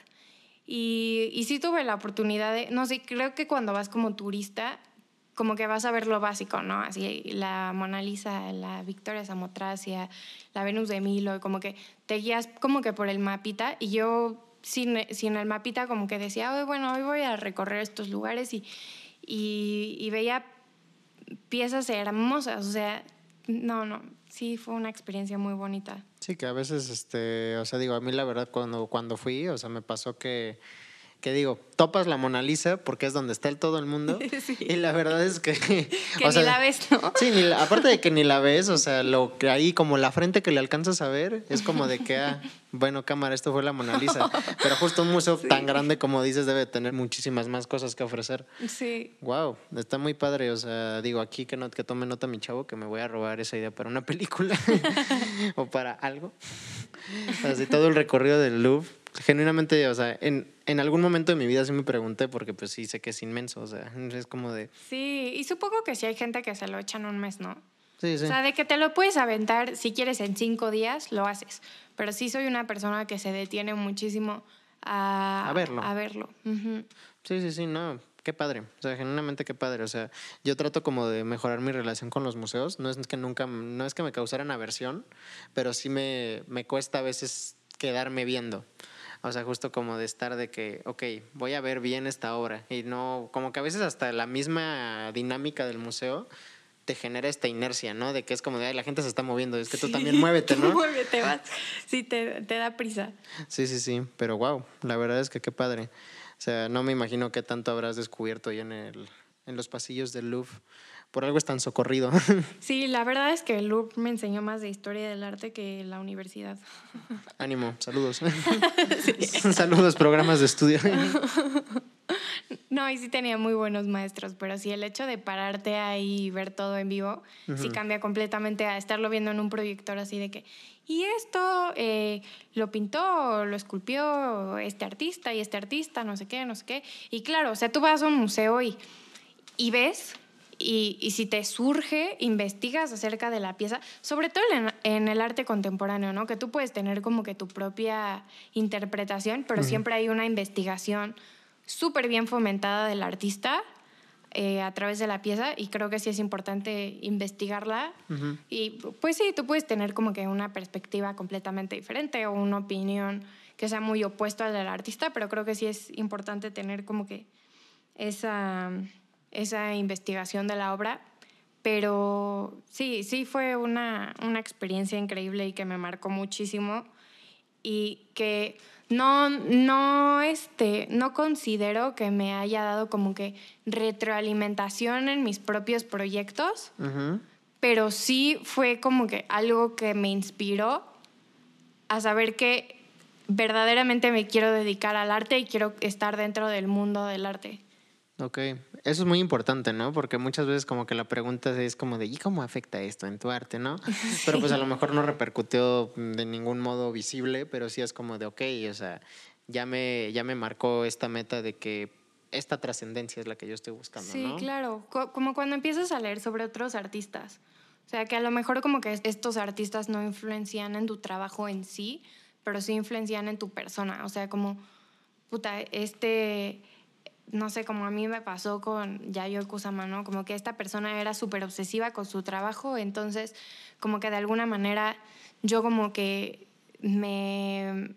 Y, y sí tuve la oportunidad de... No sé, creo que cuando vas como turista, como que vas a ver lo básico, ¿no? Así la Mona Lisa, la Victoria Samotracia, la Venus de Milo, como que te guías como que por el mapita y yo... Sin, sin el mapita como que decía, oh, bueno, hoy voy a recorrer estos lugares y, y, y veía piezas hermosas, o sea, no, no, sí fue una experiencia muy bonita. Sí, que a veces, este, o sea, digo, a mí la verdad cuando, cuando fui, o sea, me pasó que, que digo, topas la Mona Lisa porque es donde está el todo el mundo Sí. y la verdad es que, Que o ni sea, la ves, ¿no? sí, ni la- aparte de que ni la ves, o sea, lo que ahí como la frente que le alcanzas a ver es como de que, ah, bueno, cámara, esto fue la Mona Lisa, pero justo un museo Sí. tan grande como dices debe tener muchísimas más cosas que ofrecer. Sí. Wow, está muy padre, o sea, digo, aquí que, no, que tome nota mi chavo que me voy a robar esa idea para una película o para algo. Así todo el recorrido del Louvre. Genuinamente, o sea, en, en algún momento de mi vida sí me pregunté, porque pues sí sé que es inmenso, o sea, es como de... Sí, y supongo que sí hay gente que se lo echa en un mes, ¿no? Sí, O sí. sea, de que te lo puedes aventar, si quieres en cinco días, lo haces. Pero sí soy una persona que se detiene muchísimo a, A verlo. A verlo. Ujú. Sí, sí, sí, no, qué padre, o sea, genuinamente qué padre, o sea, yo trato como de mejorar mi relación con los museos, no es que nunca, no es que me causaran aversión, pero sí me, me cuesta a veces quedarme viendo, o sea, justo como de estar de que, ok, voy a ver bien esta obra, y no, como que a veces hasta la misma dinámica del museo te genera esta inercia, ¿no? De que es como de, ay, la gente se está moviendo, es que tú Sí, también muévete, tú ¿no? muévete, vas. Sí, te, te da prisa. Sí, sí, sí, pero wow, la verdad es que qué padre. O sea, no me imagino qué tanto habrás descubierto ahí en, el, en los pasillos del Louvre. Por algo es tan socorrido. Sí, la verdad es que el Louvre me enseñó más de historia del arte que la universidad. Ánimo, saludos. Sí. Saludos, programas de estudio. No, y sí tenía muy buenos maestros, pero sí el hecho de pararte ahí y ver todo en vivo, sí cambia completamente a estarlo viendo en un proyector así de que, y esto eh, lo pintó, lo esculpió este artista y este artista, no sé qué, no sé qué. Y claro, o sea, tú vas a un museo y, y ves, y, y si te surge, investigas acerca de la pieza, sobre todo en, en el arte contemporáneo, ¿no? Que tú puedes tener como que tu propia interpretación, pero Ujú. siempre hay una investigación súper bien fomentada del artista eh, a través de la pieza, y creo que sí es importante investigarla. Ujú. Y pues sí, tú puedes tener como que una perspectiva completamente diferente o una opinión que sea muy opuesta a la del artista, pero creo que sí es importante tener como que esa, esa investigación de la obra. Pero sí, sí fue una, una experiencia increíble y que me marcó muchísimo, y que no, no, este, no considero que me haya dado como que retroalimentación en mis propios proyectos, Ujú. pero sí fue como que algo que me inspiró a saber que verdaderamente me quiero dedicar al arte y quiero estar dentro del mundo del arte. Ok, eso es muy importante, ¿no? Porque muchas veces como que la pregunta es como de, ¿y cómo afecta esto en tu arte, no? Pero pues a lo mejor no repercutió de ningún modo visible, pero sí es como de, ok, o sea, ya me, ya me marcó esta meta de que esta trascendencia es la que yo estoy buscando, Sí, ¿no? claro. Co- como cuando empiezas a leer sobre otros artistas. O sea, que a lo mejor como que estos artistas no influencian en tu trabajo en sí, pero sí influencian en tu persona. O sea, como, puta, este, no sé, como a mí me pasó con Yayoi Kusama, ¿no? Como que esta persona era súper obsesiva con su trabajo, entonces como que de alguna manera yo como que me...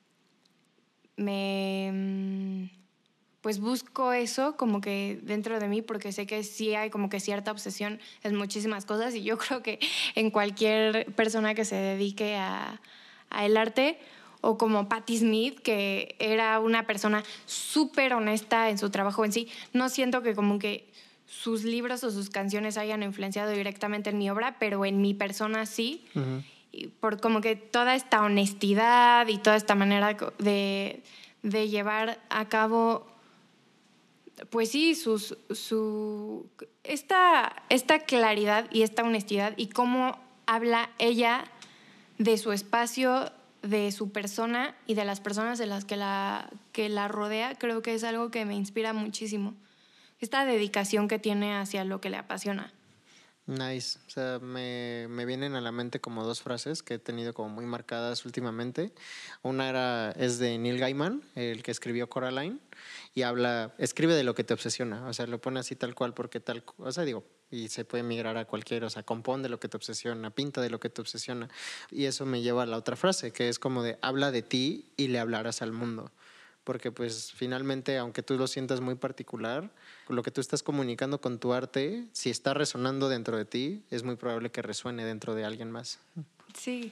me pues busco eso como que dentro de mí, porque sé que sí hay como que cierta obsesión en muchísimas cosas, y yo creo que en cualquier persona que se dedique a, a el arte, o como Patti Smith, que era una persona súper honesta en su trabajo en sí, no siento que como que sus libros o sus canciones hayan influenciado directamente en mi obra, pero en mi persona sí. Ujú. Y por como que toda esta honestidad y toda esta manera de, de llevar a cabo, pues sí, sus, su, esta, esta claridad y esta honestidad, y cómo habla ella de su espacio, de su persona y de las personas de las que la, que la rodea, creo que es algo que me inspira muchísimo. Esta dedicación que tiene hacia lo que le apasiona. Nice. O sea, me, me vienen a la mente como dos frases que he tenido como muy marcadas últimamente. Una era, es de Neil Gaiman, el que escribió Coraline, y habla, escribe de lo que te obsesiona. O sea, lo pone así tal cual porque tal, o sea, digo, y se puede migrar a cualquier, o sea, compón de lo que te obsesiona, pinta de lo que te obsesiona. Y eso me lleva a la otra frase, que es como de, habla de ti y le hablarás al mundo. Porque pues finalmente, aunque tú lo sientas muy particular, lo que tú estás comunicando con tu arte, si está resonando dentro de ti, es muy probable que resuene dentro de alguien más. Sí,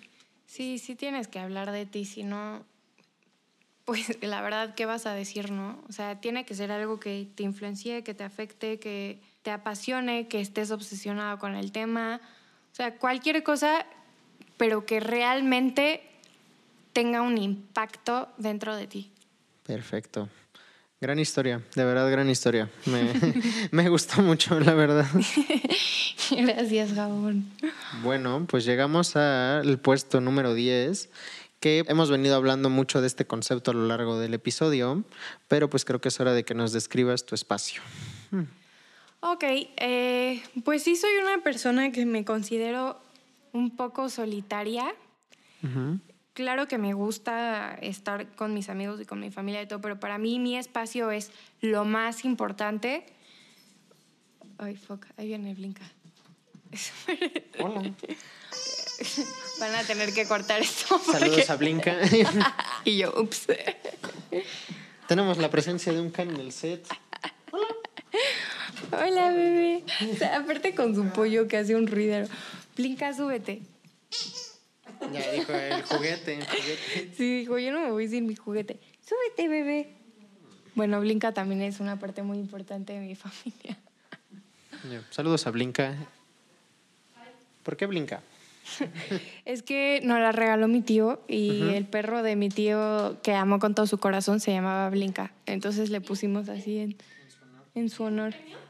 Sí, sí tienes que hablar de ti, si no, pues la verdad, ¿qué vas a decir, no? O sea, tiene que ser algo que te influencie, que te afecte, que te apasione, que estés obsesionado con el tema. O sea, cualquier cosa, pero que realmente tenga un impacto dentro de ti. Perfecto. Gran historia, de verdad, gran historia. Me, me gustó mucho, la verdad. Gracias, Gabón. Bueno, pues llegamos al puesto número diez, que hemos venido hablando mucho de este concepto a lo largo del episodio, pero pues creo que es hora de que nos describas tu espacio. Ok, eh, pues sí soy una persona que me considero un poco solitaria. Uh-huh. Claro que me gusta estar con mis amigos y con mi familia y todo, pero para mí mi espacio es lo más importante. Ay, fuck, ahí viene Blinka. Hola. Van a tener que cortar esto. Porque... Saludos a Blinka. Y yo, ups. Tenemos la presencia de un can en el set. Hola. Hola, bebé. O sea, aparte con su pollo que hace un ruidero. Blinka, súbete. Ya dijo el juguete, el juguete. Sí, dijo, yo no me voy sin mi juguete. Súbete, bebé. Bueno, Blinka también es una parte muy importante de mi familia. Saludos a Blinka. ¿Por qué Blinka? Es que nos la regaló mi tío y uh-huh. el perro de mi tío que amó con todo su corazón se llamaba Blinka. Entonces le pusimos así en, en su honor.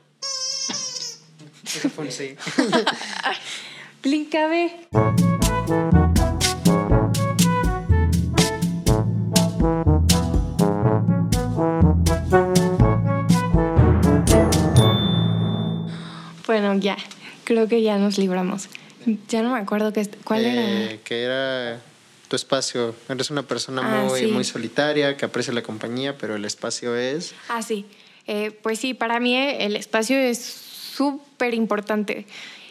Eso fue un sí. Blinka, ve. Bueno, ya. Creo que ya nos libramos. Ya no me acuerdo qué, cuál eh, era. Que era tu espacio. Eres una persona ah, muy, sí. muy solitaria, que aprecia la compañía, pero el espacio es... Ah, sí. Eh, pues sí, para mí el espacio es súper importante.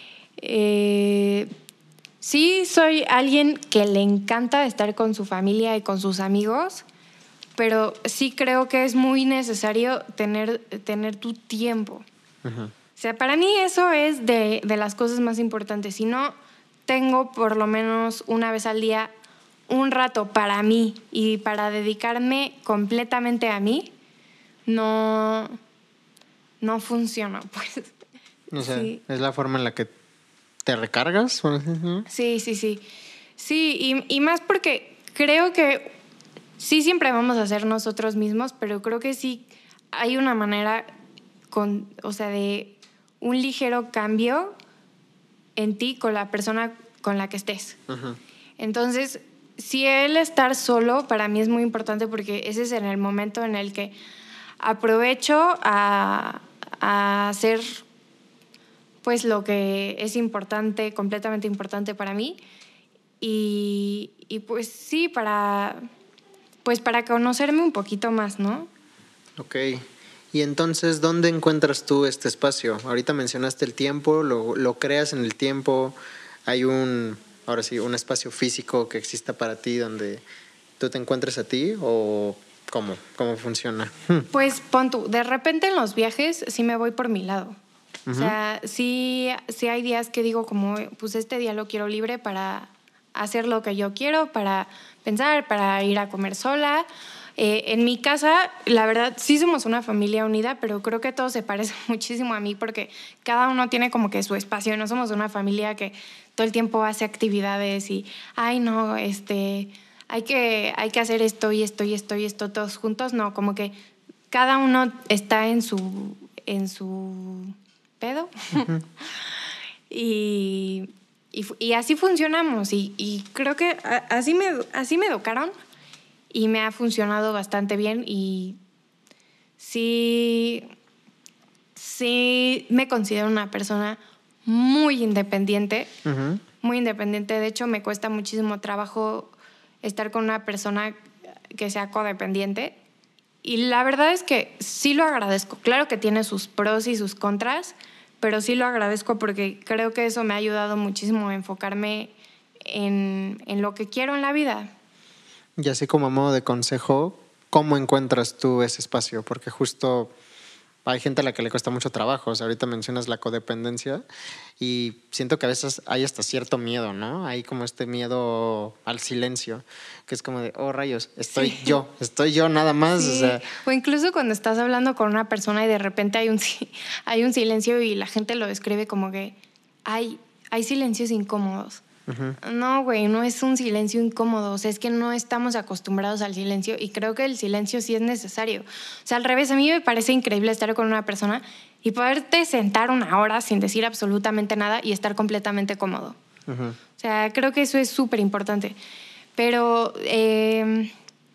Eh, sí, soy alguien que le encanta estar con su familia y con sus amigos, pero sí creo que es muy necesario tener, tener tu tiempo. Uh-huh. O sea, para mí eso es de, de las cosas más importantes. Si no tengo por lo menos una vez al día un rato para mí y para dedicarme completamente a mí, no, no funciona, pues. O sea, sí. ¿es la forma en la que te recargas? Sí, sí, sí. Sí, y, y más porque creo que sí siempre vamos a ser nosotros mismos, pero creo que sí hay una manera, con, o sea, de un ligero cambio en ti con la persona con la que estés. Uh-huh. Entonces, si el estar solo para mí es muy importante porque ese es en el momento en el que aprovecho a, a hacer pues lo que es importante, completamente importante para mí y, y pues sí, para, pues para conocerme un poquito más, ¿no? Ok. Y entonces, ¿dónde encuentras tú este espacio? Ahorita mencionaste el tiempo, lo, lo creas en el tiempo. Hay un, ahora sí, un espacio físico que exista para ti donde tú te encuentres a ti o cómo, cómo funciona. Pues pon tú, de repente en los viajes sí me voy por mi lado. Uh-huh. O sea, sí, sí hay días que digo como, pues este día lo quiero libre para hacer lo que yo quiero, para pensar, para ir a comer sola. Eh, en mi casa, la verdad, sí somos una familia unida, pero creo que todo se parece muchísimo a mí porque cada uno tiene como que su espacio. No somos una familia que todo el tiempo hace actividades y, ay, no, este, hay que, hay que hacer esto y esto y esto y esto todos juntos. No, como que cada uno está en su, en su pedo. Uh-huh. y, y, y así funcionamos. Y, y creo que así me, así me educaron. Y me ha funcionado bastante bien y sí, sí me considero una persona muy independiente, uh-huh. muy independiente. De hecho, me cuesta muchísimo trabajo estar con una persona que sea codependiente. Y la verdad es que sí lo agradezco. Claro que tiene sus pros y sus contras, pero sí lo agradezco porque creo que eso me ha ayudado muchísimo a enfocarme en, en lo que quiero en la vida. Y así como a modo de consejo, ¿cómo encuentras tú ese espacio? Porque justo hay gente a la que le cuesta mucho trabajo. O sea, ahorita mencionas la codependencia y siento que a veces hay hasta cierto miedo, ¿no? Hay como este miedo al silencio, que es como de, oh rayos, estoy sí. yo, estoy yo nada más. Sí. O sea, o incluso cuando estás hablando con una persona y de repente hay un, hay un silencio y la gente lo describe como que hay, hay silencios incómodos. Uh-huh. No, güey, no es un silencio incómodo. O sea, es que no estamos acostumbrados al silencio y creo que el silencio sí es necesario. O sea, al revés, a mí me parece increíble estar con una persona y poderte sentar una hora sin decir absolutamente nada y estar completamente cómodo. Uh-huh. O sea, creo que eso es súper importante. Pero, eh,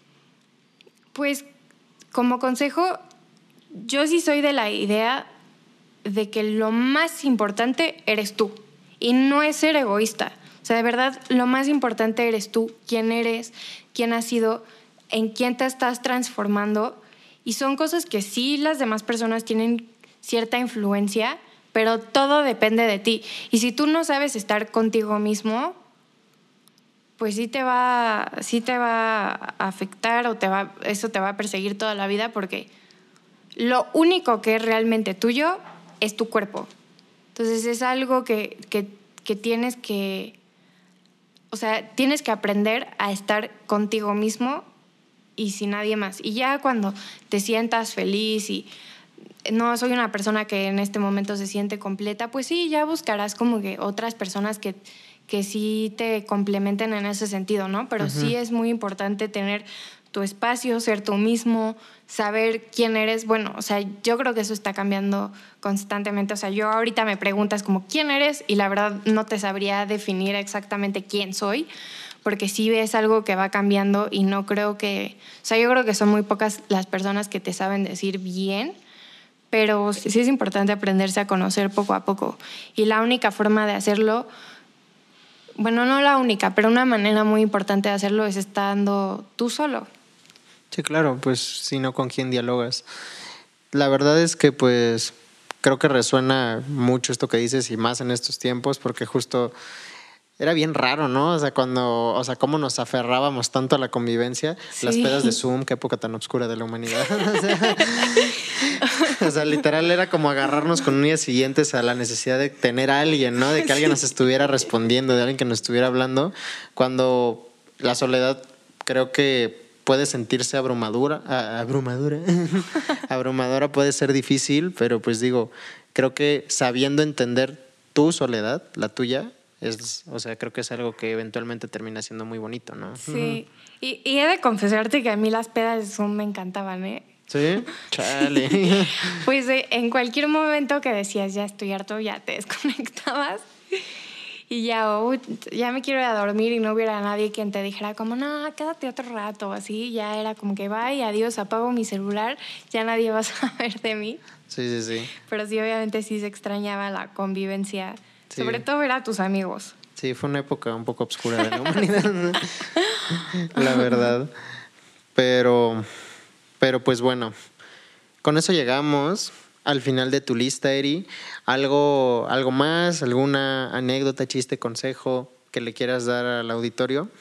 pues, como consejo, yo sí soy de la idea de que lo más importante eres tú y no es ser egoísta. O sea, de verdad, lo más importante eres tú, quién eres, quién has sido, en quién te estás transformando. Y son cosas que sí las demás personas tienen cierta influencia, pero todo depende de ti. Y si tú no sabes estar contigo mismo, pues sí te va, sí te va a afectar o te va, eso te va a perseguir toda la vida, porque lo único que es realmente tuyo es tu cuerpo. Entonces es algo que, que, que tienes que... O sea, tienes que aprender a estar contigo mismo y sin nadie más. Y ya cuando te sientas feliz y no soy una persona que en este momento se siente completa, pues sí, ya buscarás como que otras personas que, que sí te complementen en ese sentido, ¿no? Pero uh-huh. sí es muy importante tener tu espacio, ser tú mismo, saber quién eres. Bueno, o sea, yo creo que eso está cambiando constantemente. O sea, yo ahorita me preguntas como quién eres y la verdad no te sabría definir exactamente quién soy, porque sí es algo que va cambiando y no creo que... O sea, yo creo que son muy pocas las personas que te saben decir bien, pero sí es importante aprenderse a conocer poco a poco. Y la única forma de hacerlo... Bueno, no la única, pero una manera muy importante de hacerlo es estando tú solo. Sí, claro, pues si no, ¿con quién dialogas? La verdad es que pues creo que resuena mucho esto que dices y más en estos tiempos, porque justo era bien raro, ¿no? O sea, cuando, o sea, cómo nos aferrábamos tanto a la convivencia, sí. Las pedas de Zoom, qué época tan oscura de la humanidad. O sea, o sea, literal era como agarrarnos con uñas siguientes a la necesidad de tener a alguien, ¿no? De que alguien nos estuviera respondiendo, de alguien que nos estuviera hablando, cuando la soledad creo que puede sentirse abrumadora, abrumadora, abrumadora puede ser difícil, pero pues digo, creo que sabiendo entender tu soledad, la tuya, es, o sea, creo que es algo que eventualmente termina siendo muy bonito, ¿no? Sí, y, y he de confesarte que a mí las pedas de Zoom me encantaban, ¿eh? ¿Sí? Chale. Pues eh, en cualquier momento que decías, ya estoy harto, ya te desconectabas. Y ya, oh, ya me quiero ir a dormir y no hubiera nadie quien te dijera como, no, quédate otro rato, así. Ya era como que, bye, adiós, apago mi celular, ya nadie va a saber de mí. Sí, sí, sí. Pero sí, obviamente sí se extrañaba la convivencia, sí. Sobre todo ver a tus amigos. Sí, fue una época un poco oscura de la humanidad, la verdad. Pero, pero pues bueno, con eso llegamos al final de tu lista, Eri. ¿Algo, algo más? ¿Alguna anécdota, chiste, consejo que le quieras dar al auditorio?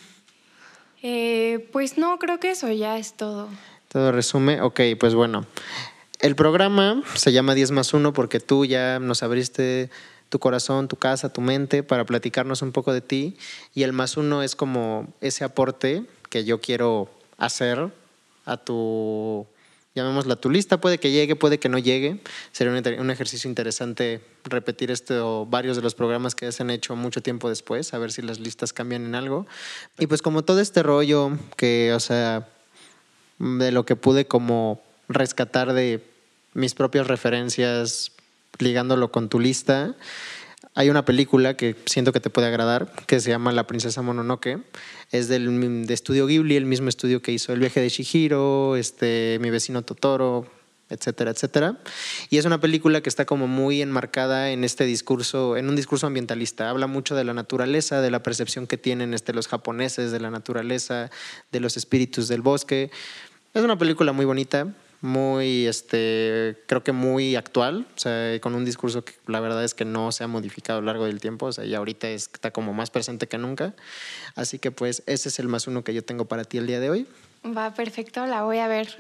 Eh, pues no, creo que eso ya es todo. ¿Todo resume? Ok, pues bueno. El programa se llama diez más uno porque tú ya nos abriste tu corazón, tu casa, tu mente para platicarnos un poco de ti. Y el más uno es como ese aporte que yo quiero hacer a tu... llamémosla tu lista, puede que llegue, puede que no llegue. Sería un, un ejercicio interesante repetir esto, varios de los programas que se han hecho mucho tiempo después, a ver si las listas cambian en algo. Y pues como todo este rollo que, o sea, de lo que pude como rescatar de mis propias referencias, ligándolo con tu lista, hay una película que siento que te puede agradar, que se llama La princesa Mononoke. Es del de Estudio Ghibli, el mismo estudio que hizo El viaje de Chihiro, este, Mi vecino Totoro, etcétera, etcétera. Y es una película que está como muy enmarcada en este discurso, en un discurso ambientalista. Habla mucho de la naturaleza, de la percepción que tienen este, los japoneses de la naturaleza, de los espíritus del bosque. Es una película muy bonita, muy, este, creo que muy actual, o sea, con un discurso que la verdad es que no se ha modificado a lo largo del tiempo, o sea, y ahorita está como más presente que nunca. Así que pues ese es el más uno que yo tengo para ti el día de hoy. Va, perfecto, la voy a ver.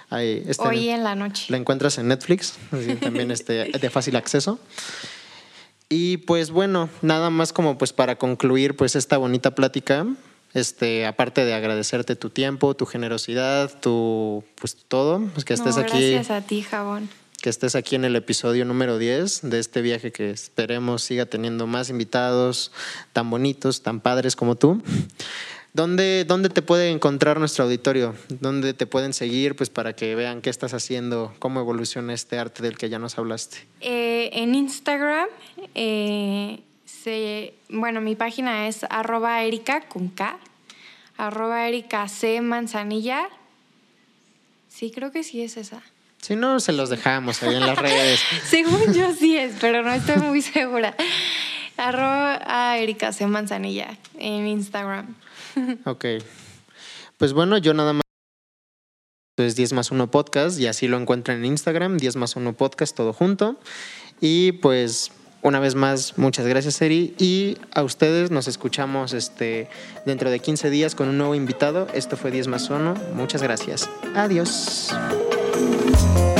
Ahí, este, hoy en la noche. La encuentras en Netflix, así, también este, de fácil acceso. Y pues bueno, nada más como pues para concluir pues esta bonita plática, este, aparte de agradecerte tu tiempo, tu generosidad, tu pues todo, pues que estés no, aquí. Gracias a ti, Jabón. Que estés aquí en el episodio número diez de este viaje que esperemos siga teniendo más invitados tan bonitos, tan padres como tú. ¿Dónde, dónde te puede encontrar nuestro auditorio? ¿Dónde te pueden seguir pues para que vean qué estás haciendo, cómo evoluciona este arte del que ya nos hablaste? Eh, en Instagram, eh, se, bueno, mi página es arroba Erika con K, arroba Erika C Manzanilla. Sí, creo que sí es esa. Si no, se los dejamos ahí en las redes. Según yo sí es, pero no estoy muy segura. Arroba a Erika C Manzanilla en Instagram. Ok. Pues bueno, yo nada más. Es diez más uno podcast y así lo encuentran en Instagram, diez más uno podcast, todo junto. Y pues una vez más, muchas gracias, Eri. Y a ustedes nos escuchamos este, dentro de quince días con un nuevo invitado. Esto fue diez más uno. Muchas gracias. Adiós.